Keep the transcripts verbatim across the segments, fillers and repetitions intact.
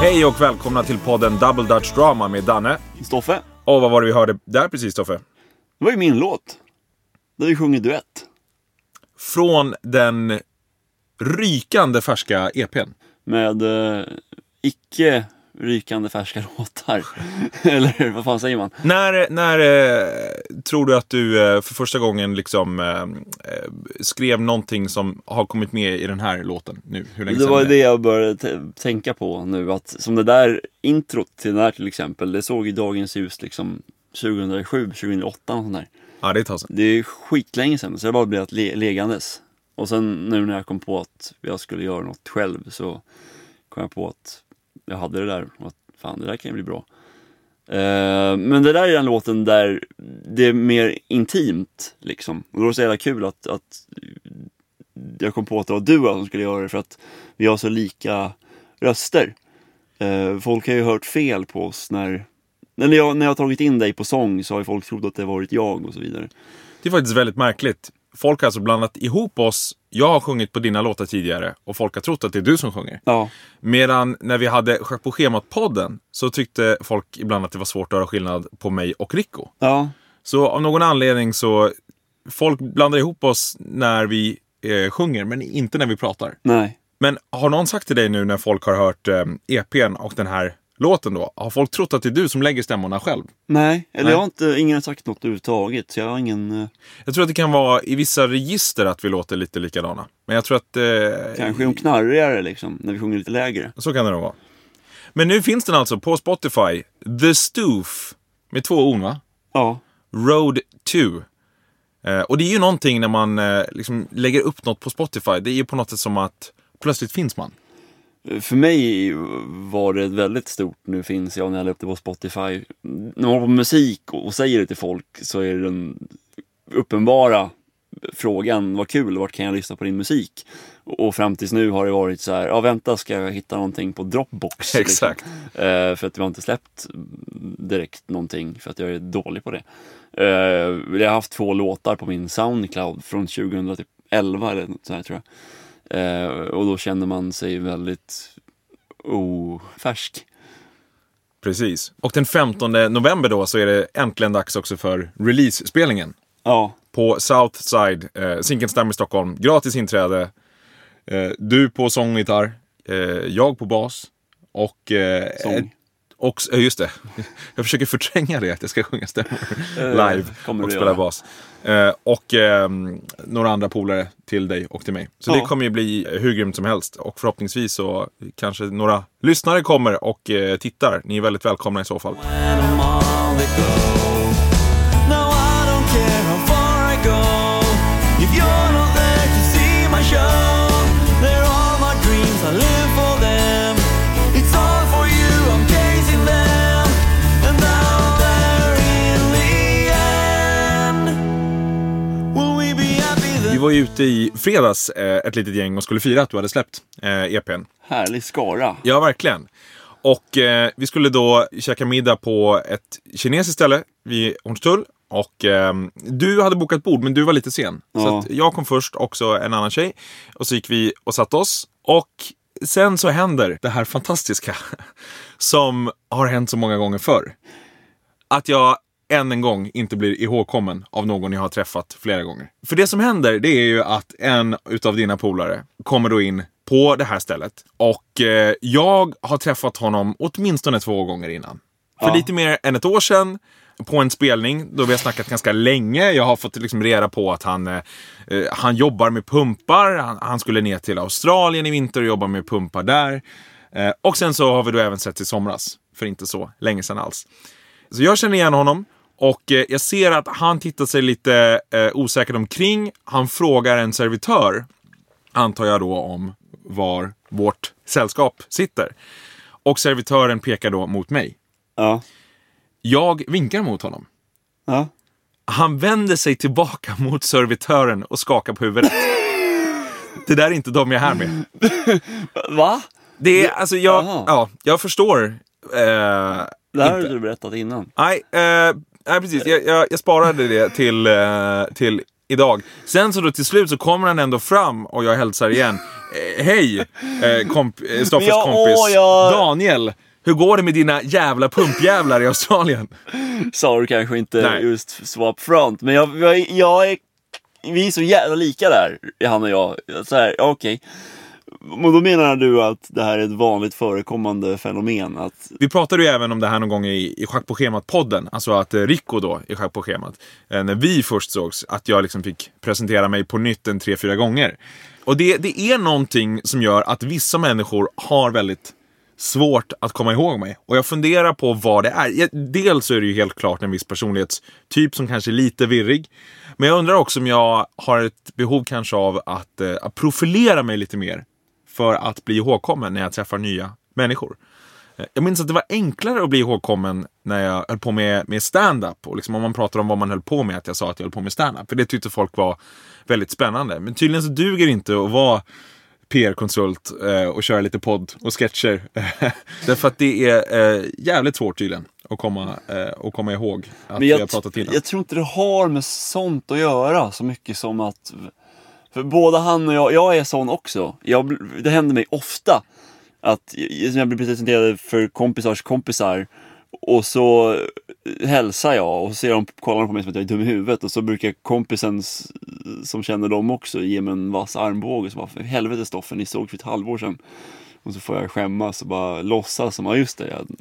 Hej och välkomna till podden Double Dutch Drama med Danne. Stoffe. Och vad var det vi hörde där precis, Stoffe? Det var ju min låt. Där vi sjunger duett. Från den rykande färska E P:n. Med eh, icke rykande färska låtar. Eller vad fan säger man? När, när eh, tror du att du eh, för första gången liksom eh, skrev någonting som har kommit med i den här låten nu? Hur länge Det var sedan det jag började t- tänka på nu. Att som det där introt till den här till exempel. Det såg i dagens ljus liksom tjugohundrasju, tjugohundraåtta och sånt där. Ja, det är ett tag sedan. Det är skitlänge sedan. Så jag bara blev le- legandes. Och sen nu när jag kom på att jag skulle göra något själv så kom jag på att jag hade det där och att fan, det där kan ju bli bra. Uh, men det där är den låten där det är mer intimt liksom. Och då är det så jävla kul att, att jag kom på att det var du som skulle göra det för att vi har så lika röster. Uh, folk har ju hört fel på oss när, när, jag, när jag har tagit in dig på sång så har ju folk trott att det varit jag och så vidare. Det är faktiskt väldigt märkligt. Folk har alltså blandat ihop oss. Jag har sjungit på dina låtar tidigare och folk har trott att det är du som sjunger. Ja. Medan när vi hade Schack på schemat-podden så tyckte folk ibland att det var svårt att höra skillnad på mig och Rico. Ja. Så av någon anledning så folk blandar ihop oss när vi eh, sjunger men inte när vi pratar. Nej. Men har någon sagt till dig nu när folk har hört eh, E P:n och den här låten då? Har folk trott att det är du som lägger stämmorna själv? Nej, eller Nej. jag har inte, ingen har sagt något överhuvudtaget. Så jag har ingen... Uh... Jag tror att det kan vara i vissa register att vi låter lite likadana. Men jag tror att... Eh, Kanske de knarrigare liksom, när vi sjunger lite lägre. Så kan det nog vara. Men nu finns den alltså på Spotify. The Stoof. Med två ord, va? Ja. Road two. Eh, och det är ju någonting när man eh, liksom lägger upp något på Spotify. Det är ju på något sätt som att plötsligt finns man. För mig var det väldigt stort. Nu finns jag när jag la upp det på Spotify. När man har på musik och säger det till folk så är det den uppenbara frågan, vad kul, vart kan jag lyssna på din musik? Och fram tills nu har det varit så här, ja vänta, ska jag hitta någonting på Dropbox? Exakt. Liksom. Uh, för att vi har inte släppt direkt någonting för att jag är dålig på det. Uh, jag har haft två låtar på min Soundcloud från tjugohundraelva eller något så här tror jag. Uh, och då känner man sig väldigt ofärsk. Precis. Och den femtonde november då så är det äntligen dags också för release-spelningen. Ja. På Southside, eh, Zinkensdamm i Stockholm. Gratis inträde. Eh, du på sång och gitarr. Eh, jag på bas. Och... Eh, sång. Och, just det. Jag försöker förtränga det att jag ska sjunga stämmor live kommer och spela göra. bas. Eh, och eh, några andra polare till dig och till mig. Så ja. Det kommer ju bli hur grymt som helst. Och förhoppningsvis så kanske några lyssnare kommer och eh, tittar. Ni är väldigt välkomna i så fall. Vi var ju ute i fredags eh, ett litet gäng och skulle fira att du hade släppt eh, E P:n. Härlig skara. Ja, verkligen. Och eh, vi skulle då käka middag på ett kinesiskt ställe vid Hornstull. Och eh, du hade bokat bord, men du var lite sen. Ja. Så att jag kom först, också en annan tjej. Och så gick vi och satt oss. Och sen så händer det här fantastiska som har hänt så många gånger förr. Att jag än en gång inte blir ihågkommen av någon jag har träffat flera gånger. För det som händer, det är ju att en utav dina polare kommer då in på det här stället. Och eh, jag har träffat honom åtminstone två gånger innan. För ja. lite mer än ett år sedan på en spelning då vi har snackat ganska länge. Jag har fått liksom reda på att han, eh, han jobbar med pumpar. Han, han skulle ner till Australien i vinter och jobba med pumpar där. Eh, och sen så har vi då även sett i somras. För inte så länge sedan alls. Så jag känner igen honom. Och eh, jag ser att han tittar sig lite eh, osäkert omkring. Han frågar en servitör, antar jag då, om var vårt sällskap sitter. Och servitören pekar då mot mig. Ja. Jag vinkar mot honom. Ja. Han vänder sig tillbaka mot servitören och skakar på huvudet. Det där är inte de jag är här med. Va? Det är, alltså jag, Aha. ja, jag förstår. Eh, det här har du berättat innan. Nej, eh, nej precis. Jag, jag, jag sparade det till, eh, till idag. Sen så då till slut så kommer han ändå fram och jag hälsar igen. Eh, Hej, eh, komp- Stoffers Ja, kompis åh, ja. Daniel. Hur går det med dina jävla pumpjävlar i Australien? Sa du kanske inte Nej. just swap front, men jag, jag, jag är, vi är så jävla lika där, han och jag. Så här, ja, okej. Men då menar du att det här är ett vanligt förekommande fenomen? Att... Vi pratade ju även om det här någon gång i, i Schack på schemat-podden. Alltså att eh, Rico då i Schack på schemat, eh, när vi först sågs, att jag liksom fick presentera mig på nytt en tre, fyra gånger. Och det, det är någonting som gör att vissa människor har väldigt svårt att komma ihåg mig. Och jag funderar på vad det är. Dels så är det ju helt klart en viss personlighetstyp som kanske är lite virrig. Men jag undrar också om jag har ett behov kanske av att, eh, att profilera mig lite mer för att bli ihågkommen när jag träffar nya människor. Jag minns att det var enklare att bli ihågkommen när jag höll på med, med stand-up. Och liksom om man pratar om vad man höll på med, att jag sa att jag höll på med stand-up. För det tyckte folk var väldigt spännande. Men tydligen så duger det inte att vara P R-konsult eh, och köra lite podd och sketcher. Därför att det är eh, jävligt svårt tydligen att komma, eh, att komma ihåg att Men jag, vi har pratat innan. jag tror inte det har med sånt att göra så mycket som att... För både han och jag, jag är sån också. Jag, det händer mig ofta att jag blir presenterad för kompisars kompisar och så hälsar jag och så ser de, kollar på mig som att jag är dum i huvudet och så brukar kompisen som känner dem också ge mig en vass armbåge och så bara, för helvete Stoffen, ni såg för ett halvår sedan. Och så får jag skämmas och bara låtsas som, ja just det, jag,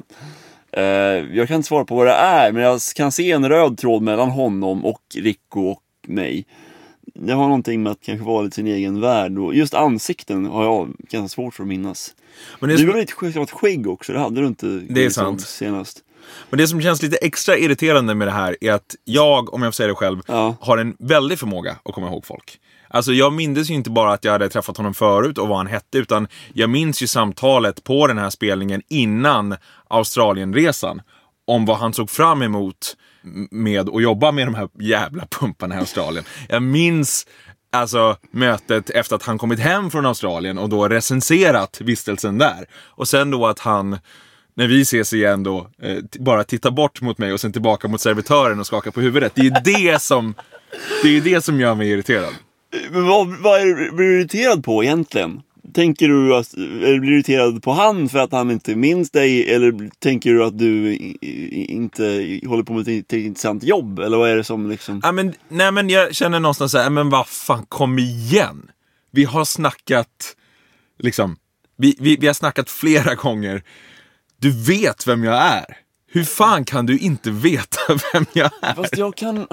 eh, jag kan inte svara på vad det är, men jag kan se en röd tråd mellan honom och Rico och mig. Det har någonting med att kanske vara lite sin egen värld. Och just ansikten har jag ganska svårt för att minnas. Men det är du har lite skägg, skägg också, det hade du inte. Det är sant. Senast. Men det som känns lite extra irriterande med det här är att jag, om jag får säga det själv, ja. har en väldig förmåga att komma ihåg folk. Alltså jag minns ju inte bara att jag hade träffat honom förut och vad han hette, utan jag minns ju samtalet på den här spelningen innan Australienresan om vad han såg fram emot med att jobba med de här jävla pumparna i Australien. Jag minns alltså mötet efter att han kommit hem från Australien och då recenserat vistelsen där. Och sen då att han, när vi ses igen då, eh, bara tittar bort mot mig och sen tillbaka mot servitören och skakar på huvudet. Det är ju det som, det är ju det som gör mig irriterad. Men vad, vad är du, blir du irriterad på egentligen? Tänker du att, är du blir irriterad på han för att han inte minns dig? Eller tänker du att du inte håller på med ett intressant jobb? Eller vad är det som liksom... Ja, men, nej men jag känner någonstans så här, men vad fan, kom igen. Vi har snackat liksom, vi, vi, vi har snackat flera gånger. Du vet vem jag är. Hur fan kan du inte veta vem jag är? Fast jag kan...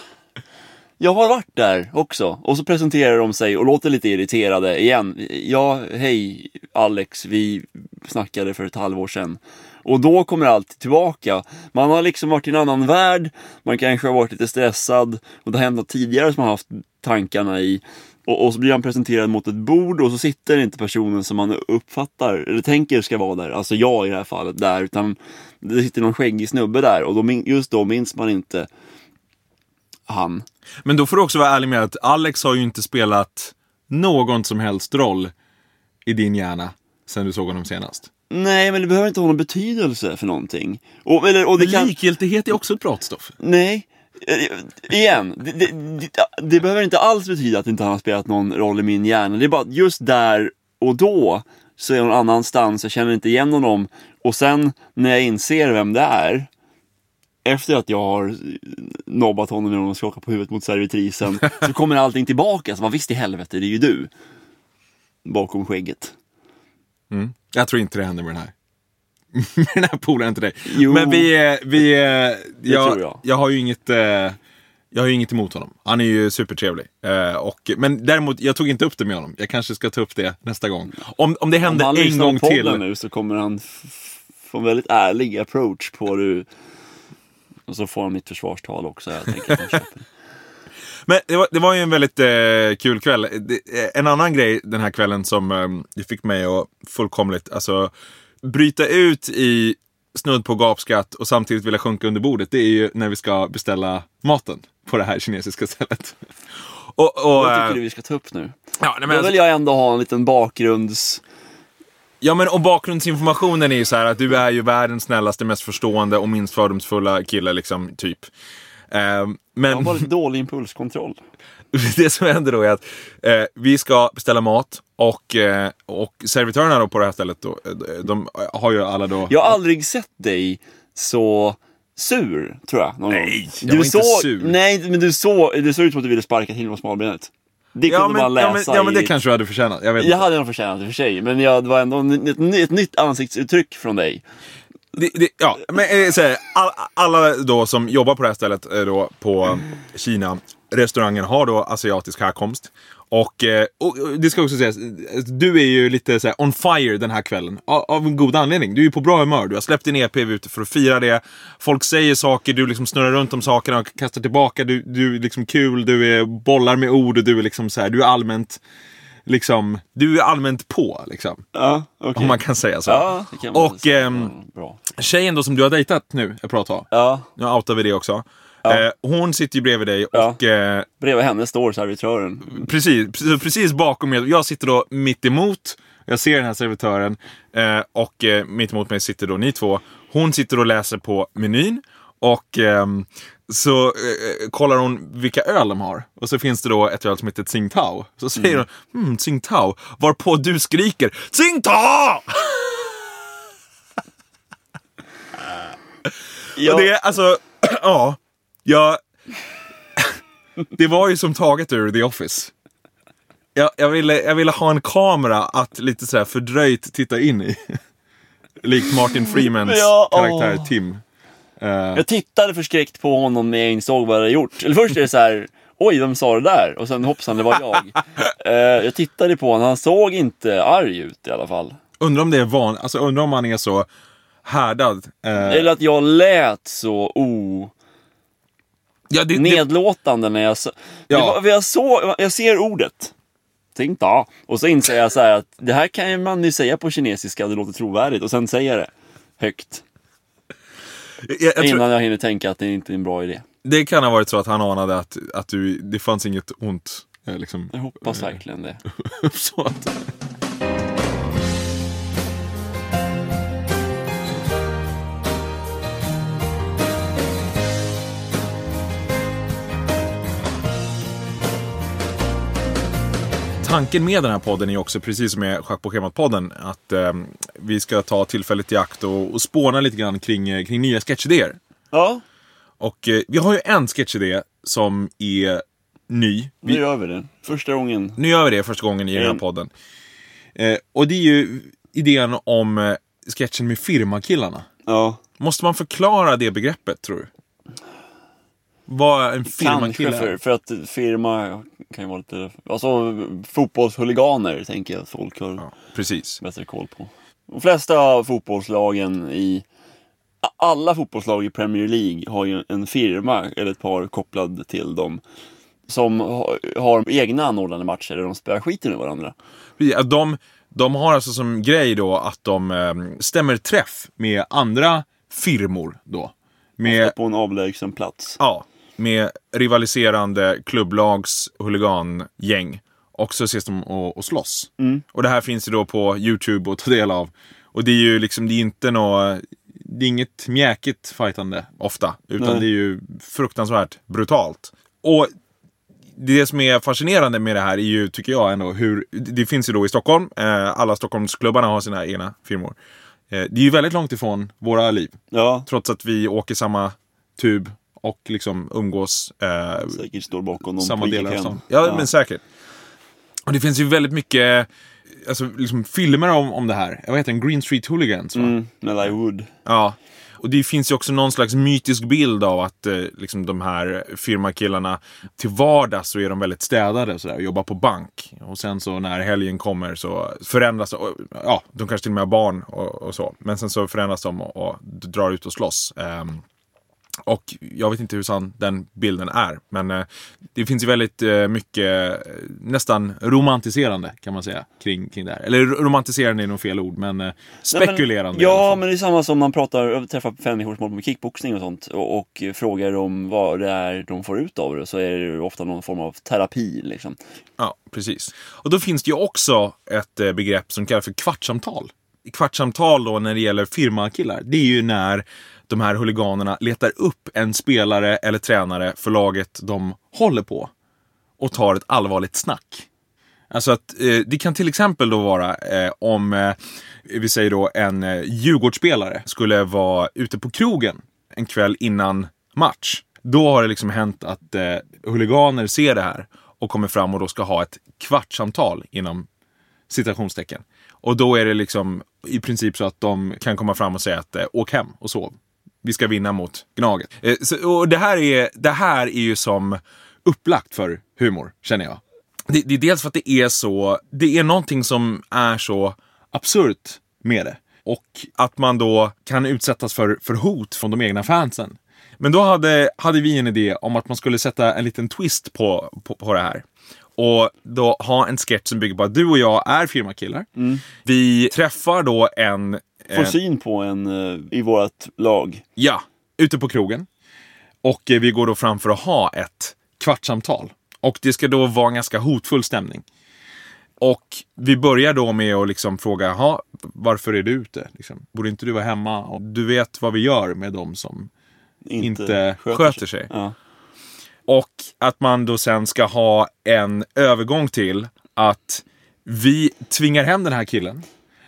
Jag har varit där också. Och så presenterar de sig och låter lite irriterade igen. Ja, hej Alex, vi snackade för ett halvår sedan. Och då kommer allt tillbaka. Man har liksom varit i en annan värld. Man kanske har varit lite stressad. Och det har hänt något tidigare som man har haft tankarna i. Och, och så blir han presenterad mot ett bord. Och så sitter inte personen som man uppfattar eller tänker ska vara där. Alltså jag i det här fallet där. Utan det sitter någon skäggig snubbe där. Och då, just då minns man inte han. Men då får du också vara ärlig med att Alex har ju inte spelat någon som helst roll i din hjärna sen du såg honom senast. Nej, men det behöver inte ha någon betydelse för någonting. Och, eller, och det men kan... likgiltighet är också ett pratstoff. Nej, igen, det, det, det, det behöver inte alls betyda att inte han har spelat någon roll i min hjärna. Det är bara att just där och då så är jag någon annanstans, jag känner inte igen honom. Och sen när jag inser vem det är, efter att jag har nobbat honom och skakat på huvudet mot servitrisen, så kommer allting tillbaka. Så man visst i helvete, det är ju du bakom skägget. Mm. Jag tror inte det händer med den här. Med den här polen inte dig. Jo, men vi är, vi är, jag, tror jag. jag har ju inget eh, jag har ju inget emot honom. Han är ju supertrevlig. Eh, och, men däremot, jag tog inte upp det med honom. Jag kanske ska ta upp det nästa gång. Om, om det händer om en gång till. Nu så kommer han f- få en väldigt ärlig approach på det. Och så får han mitt försvarstal också. Jag tänker att han köper. Men det var, det var ju en väldigt eh, kul kväll. Det, en annan grej den här kvällen som eh, det fick mig att fullkomligt alltså, bryta ut i snudd på gapskatt och samtidigt vilja sjunka under bordet. Det är ju när vi ska beställa maten på det här kinesiska stället. Och, och, Vad tycker du vi ska ta upp nu? Ja, nej, men Då alltså, vill jag ändå ha en liten bakgrunds... Ja, men och bakgrundsinformationen är ju så här att du är ju världens snällaste, mest förstående och minst fördomsfulla kille liksom, typ. Eh, men... Jag har lite dålig impulskontroll. Det som händer då är att eh, vi ska beställa mat och, eh, och servitörerna då på det här stället då, de har ju alla då... Jag har aldrig sett dig så sur, tror jag. Någon Nej, gång. jag var så, inte sur. Nej, men du så, det såg ut som att du ville sparka till med smalbenet. Det kunde ja, men, man läsa ja, men, ja, men det i... kanske du hade förtjänat. Jag, vet jag hade nog förtjänat det för sig, men jag, det var ändå ett, ett, ett nytt ansiktsuttryck från dig. Det, det, ja, men eh, så här, all, alla då som jobbar på det här stället eh, då, på Kina, restaurangen har då asiatisk härkomst. Och, eh, och det ska också sägas, du är ju lite så här on fire den här kvällen. Av, av en god anledning. Du är ju på bra humör. Du har släppt din E P ute för att fira det. Folk säger saker, du liksom snurrar runt om sakerna och kastar tillbaka. Du, du är liksom kul, du är bollar med ord och du är liksom så här, du är allmänt liksom, du är allmänt på liksom. Ja, okay. Om man kan säga så. Ja, det kan man och säga. ehm, Bra. tjejen då som du har dejtat nu ett bra tag. Ja. Nu outar vi det också. Ja. Eh, hon sitter ju bredvid dig Ja. och eh, Bredvid henne står servitören. precis, precis, precis bakom mig. Jag sitter då mitt emot. Jag ser den här servitören eh, och eh, mitt emot mig sitter då ni två. Hon sitter och läser på menyn och eh, så eh, kollar hon vilka öl de har. Och så finns det då ett öl som heter Tsingtao. Så säger mm. hon, hmm, Tsingtao. Varpå du skriker, Tsingtao! Ja. Och det är alltså, ja, jag... Det var ju som taget ur The Office. Jag, jag, ville, jag ville ha en kamera att lite sådär fördröjt titta in i. Likt Martin Freemans ja, karaktär åh. Tim. Uh, Jag tittade förskräckt på honom när jag insåg vad jag hade gjort. Eller först är det så här, oj, vem sa det där? Och sen hoppsan, det var jag. uh, Jag tittade på honom, han såg inte arg ut i alla fall. undrar om det är van, alltså undrar om han är så härdad. Uh, Eller att jag lät så o... ja, det, det, nedlåtande när jag så... Ja. det var, jag, så, jag ser ordet. Tänkte, ja. Och så inser jag så här att det här kan man ju säga på kinesiska, det låter trovärdigt. Och sen säger jag det högt. jag, jag tror, Innan jag hinner tänka att det inte är en bra idé. det kan ha varit så att han anade att, att du, det fanns inget ont. Eh, liksom, Jag hoppas verkligen det. så att... Tanken med den här podden är också, precis som med Schack på schemat-podden, att eh, vi ska ta tillfället i akt och, och spåna lite grann kring, kring nya sketchidéer. Ja, Och eh, vi har ju en sketchidé som är ny. Vi, nu gör vi det. Första gången. nu gör vi det första gången i den här Mm. podden. Eh, och det är ju idén om eh, sketchen med firmakillarna. Ja. Måste man förklara det begreppet, tror du? Vad är en firmakille? Kanske för, för att firma kan ju vara lite... Alltså fotbollshuliganer tänker jag att folk har Ja, precis. bättre koll på. De flesta av fotbollslagen i... Alla fotbollslag i Premier League har ju en firma eller ett par kopplad till dem som har, har egna anordnande matcher där de spelar skiten med varandra. Ja, de, de har alltså som grej då att de eh, stämmer träff med andra firmor då. Med, På en avlägsen plats. ja, med rivaliserande klubblags huligangäng. Och så ses de och, och slåss. Mm. Och det här finns ju då på YouTube att ta del av. Och det är ju liksom, det är inte nå, det är inget mjäkigt fightande ofta. Utan Nej. det är ju fruktansvärt brutalt. Och det som är fascinerande med det här är ju, tycker jag ändå, hur, det finns ju då i Stockholm, eh, alla Stockholmsklubbarna har sina egna firmor. Eh, det är ju väldigt långt ifrån våra liv. Ja, Trots att vi åker samma tub och liksom umgås eh, säkert står bakom någon samma på delar av Ikea. stan. Ja, men säkert. Och det finns ju väldigt mycket alltså, liksom, filmer om, om det här. Vad heter den? Green Street Hooligans, va? Mm, med Eli Wood. Ja. Och det finns ju också någon slags mytisk bild av att eh, liksom de här firmakillarna till vardags så är de väldigt städade och, så där, och jobbar på bank. Och sen så när helgen kommer så förändras och, ja, de kanske till och med har barn och, och så. Men sen så förändras de och, och drar ut och slåss. Um, och jag vet inte hur sann den bilden är. Men eh, det finns ju väldigt eh, mycket eh, nästan romantiserande kan man säga kring, kring det här. Eller romantiserande är nog fel ord, men eh, spekulerande. Nej, men, ja, men det är samma som man pratar, träffar människor som håller på med kickboxning och sånt och, och frågar om vad det är de får ut av det, så är det ofta någon form av terapi liksom. Ja, precis. Och då finns det ju också ett eh, begrepp som kallas för kvartssamtal. Kvartssamtal då när det gäller firmakillar, det är ju när de här huliganerna letar upp en spelare eller tränare för laget de håller på och tar ett allvarligt snack. Alltså att eh, det kan till exempel då vara eh, om eh, vi säger då en eh, Djurgårdsspelare skulle vara ute på krogen en kväll innan match. Då har det liksom hänt att eh, huliganer ser det här och kommer fram och då ska ha ett kvartssamtal inom citationstecken. Och då är det liksom i princip så att de kan komma fram och säga att eh, åk hem och sov. Vi ska vinna mot Gnaget. Eh, så, och det här, är, det här är ju som upplagt för humor, känner jag. Det, det är dels för att det är så, det är någonting som är så absurt med det. Och att man då kan utsättas för, för hot från de egna fansen. Men då hade, hade vi en idé om att man skulle sätta en liten twist på, på, på det här. Och då ha en sketch som bygger på att du och jag är firmakillar. Mm. Vi träffar då en... Får syn på en uh, i vårt lag. Ja, ute på krogen. Och eh, vi går då fram för att ha ett kvartssamtal. Och det ska då vara en ganska hotfull stämning. Och vi börjar då med att liksom fråga, jaha, varför är du ute? Liksom, borde inte du vara hemma? Och du vet vad vi gör med dem som inte, inte sköter, sköter sig. sig. Ja. Och att man då sen ska ha en övergång till att vi tvingar hem den här killen.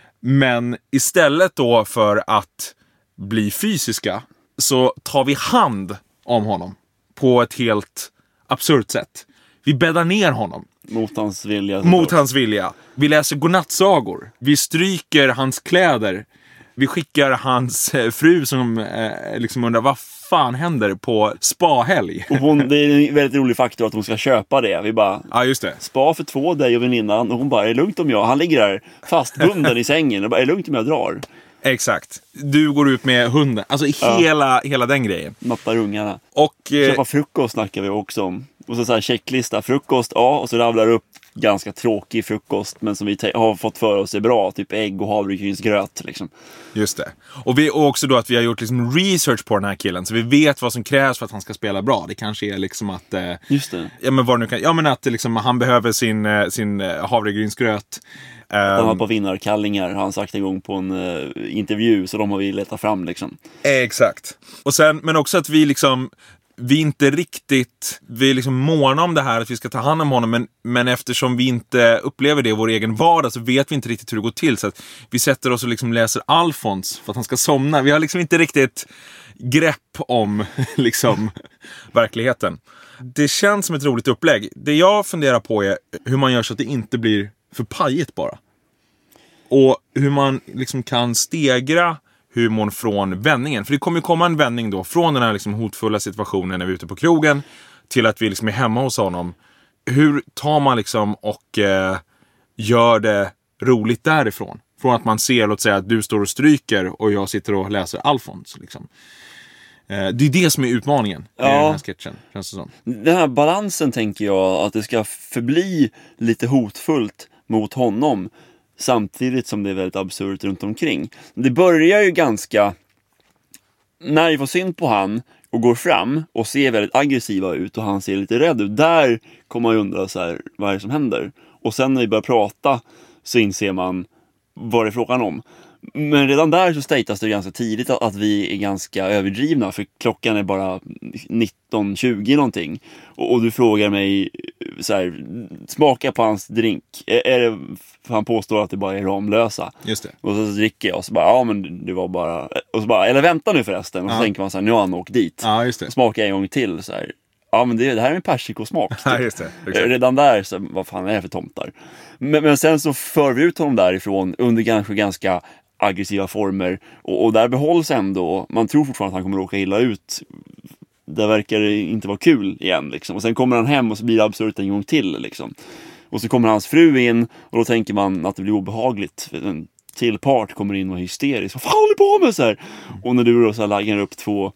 Men istället då för att bli fysiska så tar vi hand om honom på ett helt absurt sätt. Vi bäddar ner honom. Mot hans vilja. Mot hans vilja. Vi läser godnattsagor. Vi stryker hans kläder. Vi skickar hans fru som eh, liksom undrar vad fan händer på spahelg. Och hon, det är en väldigt rolig faktor att hon ska köpa det. Vi bara, ja just det. Spa för två, dig och väninnan. Och hon bara, är det lugnt om jag? Han ligger där fastbunden i sängen. Och bara, är det lugnt om jag drar? Exakt. Du går ut med hunden. Alltså ja. hela, hela den grejen. Mappar ungarna. Och eh... köpa frukost snackar vi också om. Och så så här checklista. Frukost, ja. Och så rabblar upp ganska tråkig frukost. Men som vi te- har fått för oss är bra. Typ ägg och havregrynsgröt liksom. Just det. Och, vi, och också då att vi har gjort liksom research på den här killen. Så vi vet vad som krävs för att han ska spela bra. Det kanske är liksom att... Eh, Just det. Ja men, vad nu kan, ja, men att liksom, han behöver sin, sin havregrynsgröt. Han var på vinnarkallingar, har han sagt en gång på en uh, intervju. Så de har vi letat fram liksom. Exakt. Och sen, men också att vi liksom... Vi är inte riktigt, vi är liksom måna om det här att vi ska ta hand om honom, men, men eftersom vi inte upplever det i vår egen vardag så vet vi inte riktigt hur det går till, så att vi sätter oss och liksom läser Alfons för att han ska somna. Vi har liksom inte riktigt grepp om liksom verkligheten. Det känns som ett roligt upplägg. Det jag funderar på är hur man gör så att det inte blir för pajigt bara. Och hur man liksom kan stegra humorn från vändningen. För det kommer ju komma en vändning då från den här liksom hotfulla situationen när vi är ute på krogen till att vi liksom är hemma hos honom. Hur tar man liksom och eh, gör det roligt därifrån? Från att man ser, låt säga att du står och stryker och jag sitter och läser Alfons liksom. Eh, det är det som är utmaningen ja. i den här sketchen, känns det som. Den här balansen tänker jag att det ska förbli lite hotfullt mot honom. Samtidigt som det är väldigt absurt runt omkring. Det börjar ju ganska... När vi får synd på han och går fram och ser väldigt aggressiva ut och han ser lite rädd ut. Där kommer man ju undra så här, vad är det som händer? Och sen när vi börjar prata så inser man vad det är frågan om. Men redan där så statas det ganska tidigt att, att vi är ganska överdrivna. För klockan är bara nitton tjugo någonting. Och, och du frågar mig så här, smaka på hans drink. Är, är det, för han påstår att det bara är Ramlösa. Just det. Och så dricker jag och så bara, ja men det var bara... Och så bara, eller vänta nu förresten. Och så ja. tänker man så här, nu har han åkt dit. Ja, just det. Smakar en gång till så här. Ja men det, det här är en persikosmak. Typ. Ja, just det. Exakt. Redan där, så vad fan är det för tomtar? Men, men sen så för vi ut honom därifrån under kanske ganska aggressiva former. Och, och där behålls ändå, man tror fortfarande att han kommer att råka illa ut. Där verkar det inte vara kul igen liksom. Och sen kommer han hem och så blir det absurt en gång till liksom. Och så kommer hans fru in och då tänker man att det blir obehagligt. En till part kommer in och är hysterisk. Vad fan håller du på med så här? Och när du då så här laggar upp två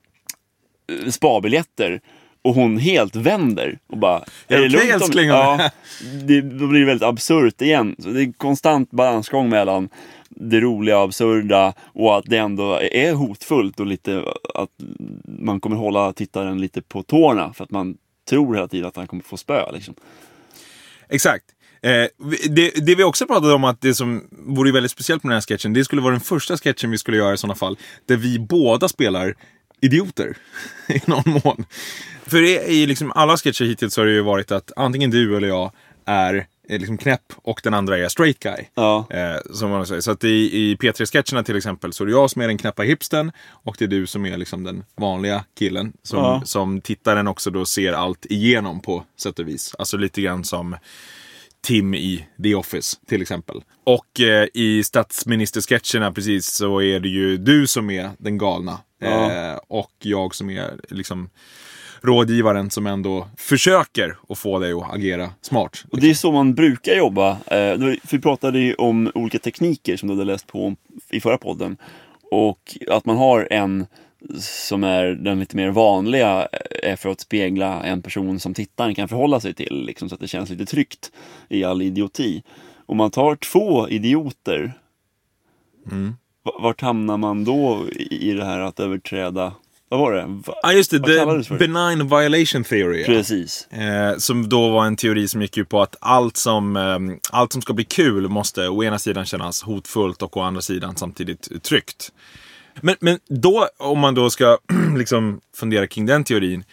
spabiljetter och hon helt vänder och bara, är det lugnt om... Ja, det, då blir det väldigt absurt igen. Så det är konstant balansgång mellan det roliga och absurda och att det ändå är hotfullt och lite att man kommer hålla tittaren lite på tårna för att man tror hela tiden att han kommer få spö liksom. Exakt. Eh, det, det vi också pratade om att det som vore väldigt speciellt med den här sketchen, det skulle vara den första sketchen vi skulle göra i sådana fall, där vi båda spelar idioter i någon mån. För det är ju liksom, alla sketcher hittills har det ju varit att antingen du eller jag är liksom knäpp och den andra är straight guy. Ja. Eh, som man säger. Så att i, i P tre-sketcherna till exempel så är det jag som är den knäppa hipsten och det är du som är liksom den vanliga killen som, Ja. som tittaren också då ser allt igenom på sätt och vis. Alltså lite grann som Tim i The Office till exempel. Och eh, i statsministersketcherna precis så är det ju du som är den galna. Ja. Eh, och jag som är liksom rådgivaren som ändå försöker att få dig att agera smart. Och det är så man brukar jobba. Eh, för vi pratade ju om olika tekniker som du hade läst på i förra podden. Och att man har en som är den lite mer vanliga är för att spegla en person som tittaren kan förhålla sig till. Liksom, så att det känns lite tryggt i all idioti. Om man tar två idioter, Mm. vart hamnar man då i det här att överträda... Vad var det? Va- Ja, just det. vad kallades The det för? benign violation theory. Ja. Precis. Eh, som då var en teori som gick ut på att allt som, eh, allt som ska bli kul måste å ena sidan kännas hotfullt och å andra sidan samtidigt tryggt. Men, men då, om man då ska liksom fundera kring den teorin,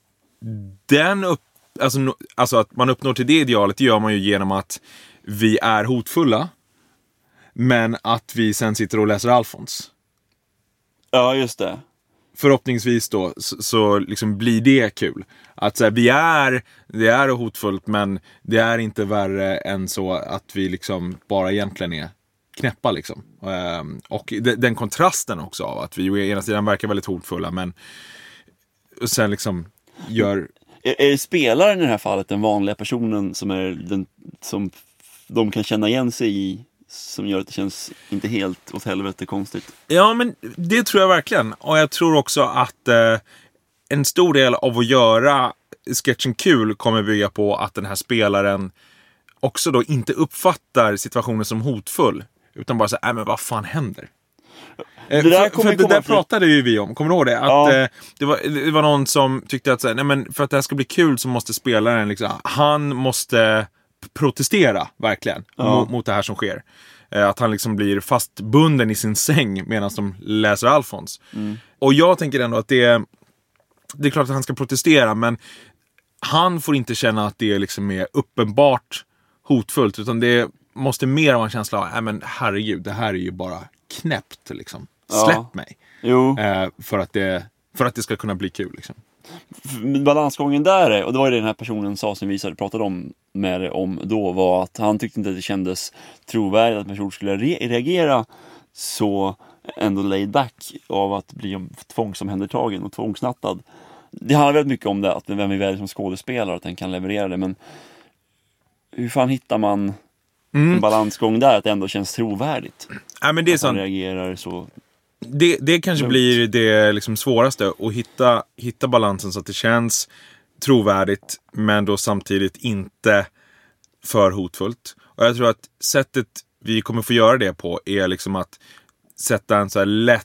den upp, alltså, no, alltså att man uppnår till det idealet, det gör man ju genom att vi är hotfulla, men att vi sen sitter och läser Alfons. Ja, just det. Förhoppningsvis då så, så liksom blir det kul. Att så här, vi är, det är hotfullt, men det är inte värre än så att vi liksom bara egentligen är knäppa liksom. Um, och de, den kontrasten också av att vi å ena sidan verkar väldigt hotfulla, men och sen liksom gör... Är, är spelaren i det här fallet den vanliga personen som är den som de kan känna igen sig i, som gör att det känns inte helt åt helvete konstigt? Ja, men det tror jag verkligen. Och jag tror också att eh, en stor del av att göra sketchen kul kommer bygga på att den här spelaren också då inte uppfattar situationen som hotfull, utan bara säger, nej men vad fan händer? Det där, för, för det där pratade ju vi om, kommer du ihåg det? Att, ja. eh, det, var, det var någon som tyckte att så här, nej men för att det här ska bli kul så måste spelaren liksom, han måste protestera verkligen ja. mot, mot det här som sker. Eh, att han liksom blir fastbunden i sin säng medan de läser Alfons. Mm. Och jag tänker ändå att det, det är klart att han ska protestera, men han får inte känna att det liksom är uppenbart hotfullt, utan det måste mer ha en känsla av, nej men herregud, det här är ju bara knäppt liksom. Släpp ja. mig. Jo. Eh, för, att det, för att det ska kunna bli kul liksom. Balansgången där är, och det var ju det den här personen sa som vi pratade om med det om då, var att han tyckte inte att det kändes trovärdigt att personen skulle re- reagera så ändå laid back av att bli tvångsomhändertagen och tvångsnattad. Det handlar väldigt mycket om det, att vem vi väljer som skådespelare, att den kan leverera det, men hur fan hittar man mm. en balansgång där att det ändå känns trovärdigt? Ja, men det är att sant. man reagerar så... Det, det kanske Lugnt. blir det liksom svåraste, att hitta, hitta balansen så att det känns trovärdigt, men då samtidigt inte för hotfullt. Och jag tror att sättet vi kommer få göra det på är liksom att sätta en så här lätt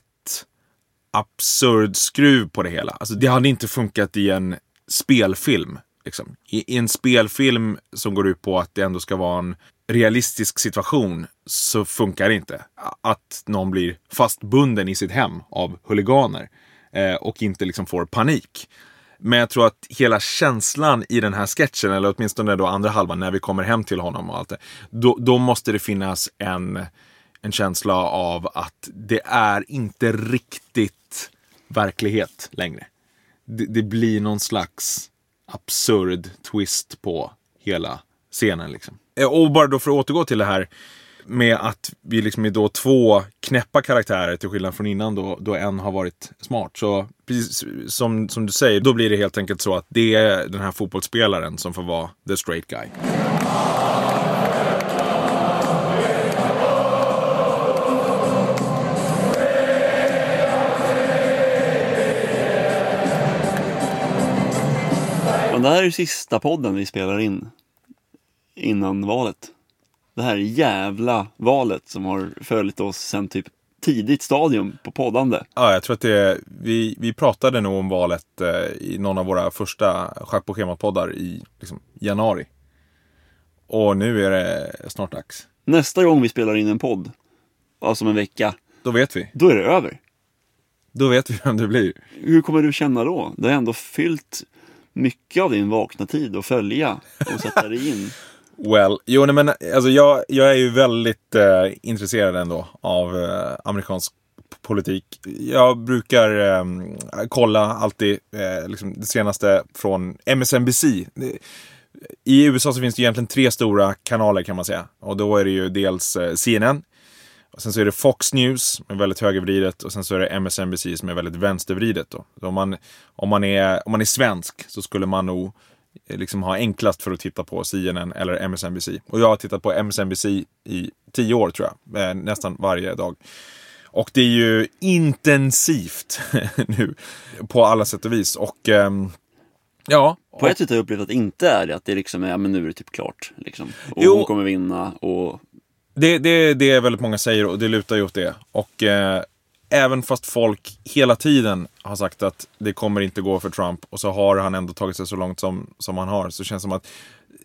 absurd skruv på det hela. Alltså det hade inte funkat i en spelfilm liksom. I, I en spelfilm som går ut på att det ändå ska vara en realistisk situation, så funkar det inte att någon blir fastbunden i sitt hem av huliganer eh, och inte liksom får panik. Men jag tror att hela känslan i den här sketchen, eller åtminstone då andra halvan när vi kommer hem till honom och allt det, då, då måste det finnas en, en känsla av att det är inte riktigt verklighet längre. Det, det blir någon slags absurd twist på hela scenen liksom. Och bara då för att återgå till det här med att vi liksom är då två knäppa karaktärer till skillnad från innan då, då en har varit smart. Så precis som, som du säger, då blir det helt enkelt så att det är den här fotbollsspelaren som får vara the straight guy. Och det här är ju sista podden vi spelar in innan valet. Det här jävla valet som har följt oss sen typ tidigt stadium på poddande. Ja, jag tror att det, vi, vi pratade nog om valet eh, i någon av våra första Schack på schemat-poddar i liksom, januari. Och nu är det snart dags. Nästa gång vi spelar in en podd, alltså om en vecka, Då vet vi. då är det över. Då vet vi vem det blir. Hur kommer du känna då? Det har ändå fyllt mycket av din vakna tid att följa och sätta dig in. Well, jo, nej, men alltså jag, jag är ju väldigt eh, intresserad ändå av eh, amerikansk politik. Jag brukar eh, kolla alltid eh, liksom det senaste från M S N B C. I U S A så finns det egentligen tre stora kanaler kan man säga. Och då är det ju dels eh, C N N. Och sen så är det Fox News som är väldigt högervridet. Och sen så är det M S N B C som är väldigt vänstervridet då. Så om man, om man, är, om man är svensk så skulle man nog liksom ha enklast för att titta på C N N eller M S N B C. Och jag har tittat på M S N B C i tio år tror jag. Eh, nästan varje dag. Och det är ju intensivt nu på alla sätt och vis. Och ehm, ja. På ett sätt har jag upplevt att det inte är det. Att det liksom är, ja men nu är det typ klart. Liksom. Och Jo. hon kommer vinna och... Det, det, det är väldigt många säger och det lutar ju åt det. Och eh, även fast folk hela tiden har sagt att det kommer inte gå för Trump och så har han ändå tagit sig så långt som, som han har, så känns det som att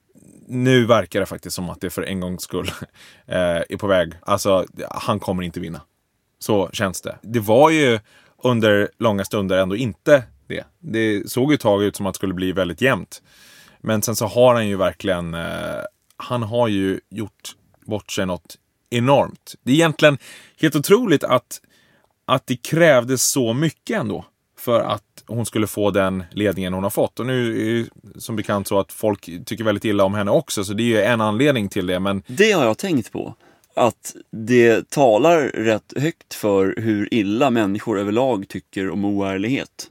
nu verkar det faktiskt som att det för en gångs skull eh, är på väg. Alltså, han kommer inte vinna. Så känns det. Det var ju under långa stunder ändå inte det. Det såg ju ett tag ut som att det skulle bli väldigt jämnt. Men sen så har han ju verkligen eh, han har ju gjort bort sig något enormt. Det är egentligen helt otroligt att, att det krävdes så mycket ändå för att hon skulle få den ledningen hon har fått. Och nu är det som bekant så att folk tycker väldigt illa om henne också, så det är ju en anledning till det. Men det har jag tänkt på. Att det talar rätt högt för hur illa människor överlag tycker om oärlighet.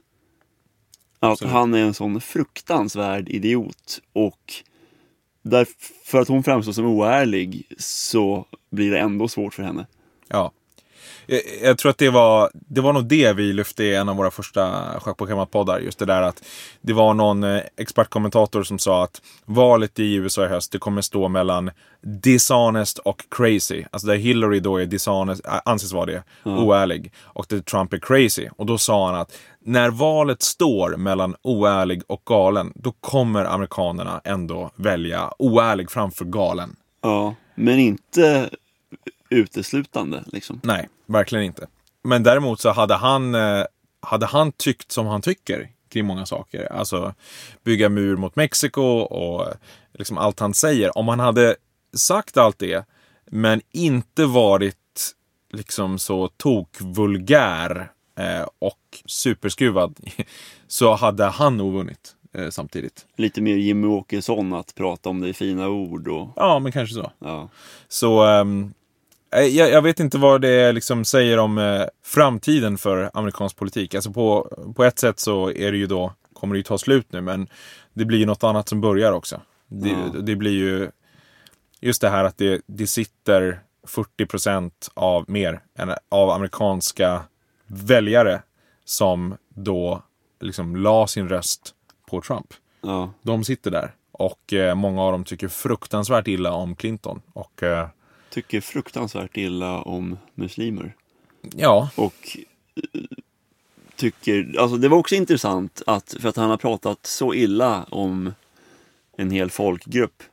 Att Absolut. Han är en sån fruktansvärd idiot. Och där, för att hon framstår som oärlig så blir det ändå svårt för henne. ja. Jag, jag tror att det var det var nog det vi lyfte i en av våra första Schack på Kammarpoddar. Just det där att det var någon eh, expertkommentator som sa att valet i U S A i höst, det kommer stå mellan dishonest och crazy. Alltså där Hillary då är dishonest, äh, anses vara det, Ja. oärlig. Och där Trump är crazy. Och då sa han att när valet står mellan oärlig och galen, då kommer amerikanerna ändå välja oärlig framför galen. Ja, men inte uteslutande liksom. Nej, verkligen inte. Men däremot så hade han eh, hade han tyckt som han tycker kring många saker. Alltså bygga mur mot Mexiko och liksom allt han säger. Om han hade sagt allt det men inte varit liksom så tokvulgär eh, och superskruvad så hade han nog vunnit eh, samtidigt. Lite mer Jimmy Åkesson att prata om det i fina ord och... Ja, men kanske så. Ja. Så ehm, jag, jag vet inte vad det liksom säger om eh, framtiden för amerikansk politik. Alltså på, på ett sätt så är det ju då, kommer det ju ta slut nu, men det blir ju något annat som börjar också. Det, Ja. det blir ju just det här att det, det sitter fyrtio procent av mer än av amerikanska väljare som då liksom la sin röst på Trump. Ja. De sitter där och eh, många av dem tycker fruktansvärt illa om Clinton och eh, Tycker fruktansvärt illa om muslimer. ja, Och eh, tycker, alltså det var också intressant att, för att han har pratat så illa om en hel folkgrupp.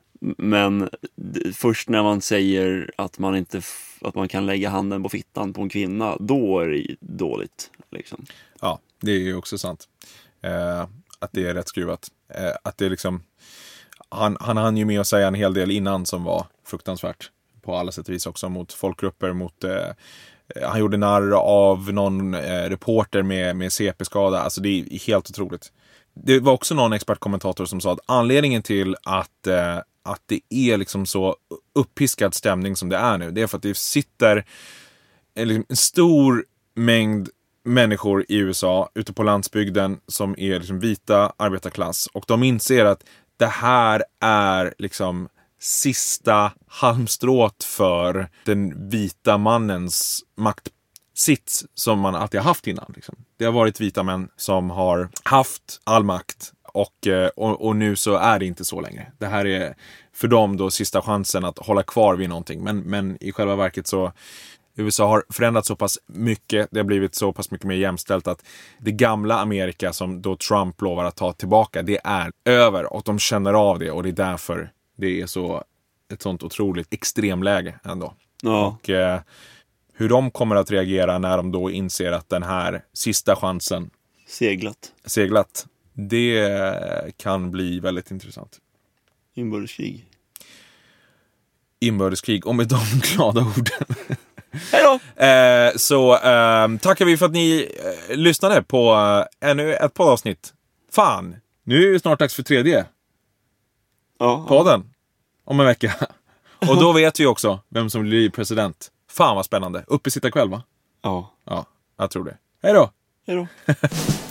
Men d- först när man säger att man inte f- att man kan lägga handen på fittan på en kvinna, då är det dåligt liksom. ja, det är ju också sant. Eh, att det är rätt skruvat. Eh, att det är liksom han, han hann ju med att säga en hel del innan som var fruktansvärt på alla sätt och vis också mot folkgrupper, mot eh, han gjorde narr av någon eh, reporter med, med C P-skada. Alltså det är helt otroligt. Det var också någon expertkommentator som sa att anledningen till att, eh, att det är liksom så uppiskad stämning som det är nu, det är för att det sitter en, liksom, en stor mängd människor i U S A ute på landsbygden som är liksom vita arbetarklass, och de inser att det här är liksom sista halmstrået för den vita mannens maktsits som man alltid har haft innan. Liksom. Det har varit vita män som har haft all makt och, och, och nu så är det inte så längre. Det här är för dem då sista chansen att hålla kvar vid någonting. Men, men i själva verket så U S A har förändrats så pass mycket, det har blivit så pass mycket mer jämställt att det gamla Amerika som då Trump lovar att ta tillbaka, det är över och de känner av det, och det är därför det är så ett sånt otroligt extremläge ändå. Ja. Och eh, hur de kommer att reagera när de då inser att den här sista chansen Seglat. seglat, det kan bli väldigt intressant. Inbördeskrig. Inbördeskrig, och med de glada orden. Hej då! Eh, så eh, tackar vi för att ni eh, lyssnade på eh, ännu ett poddavsnitt. Fan, nu är det snart dags för tredje Ja, podden om en vecka. Och då vet vi också vem som blir president. Fan vad spännande. Uppe sitta kväll, va? ja. Ja, jag tror det. Hej då! Hej då!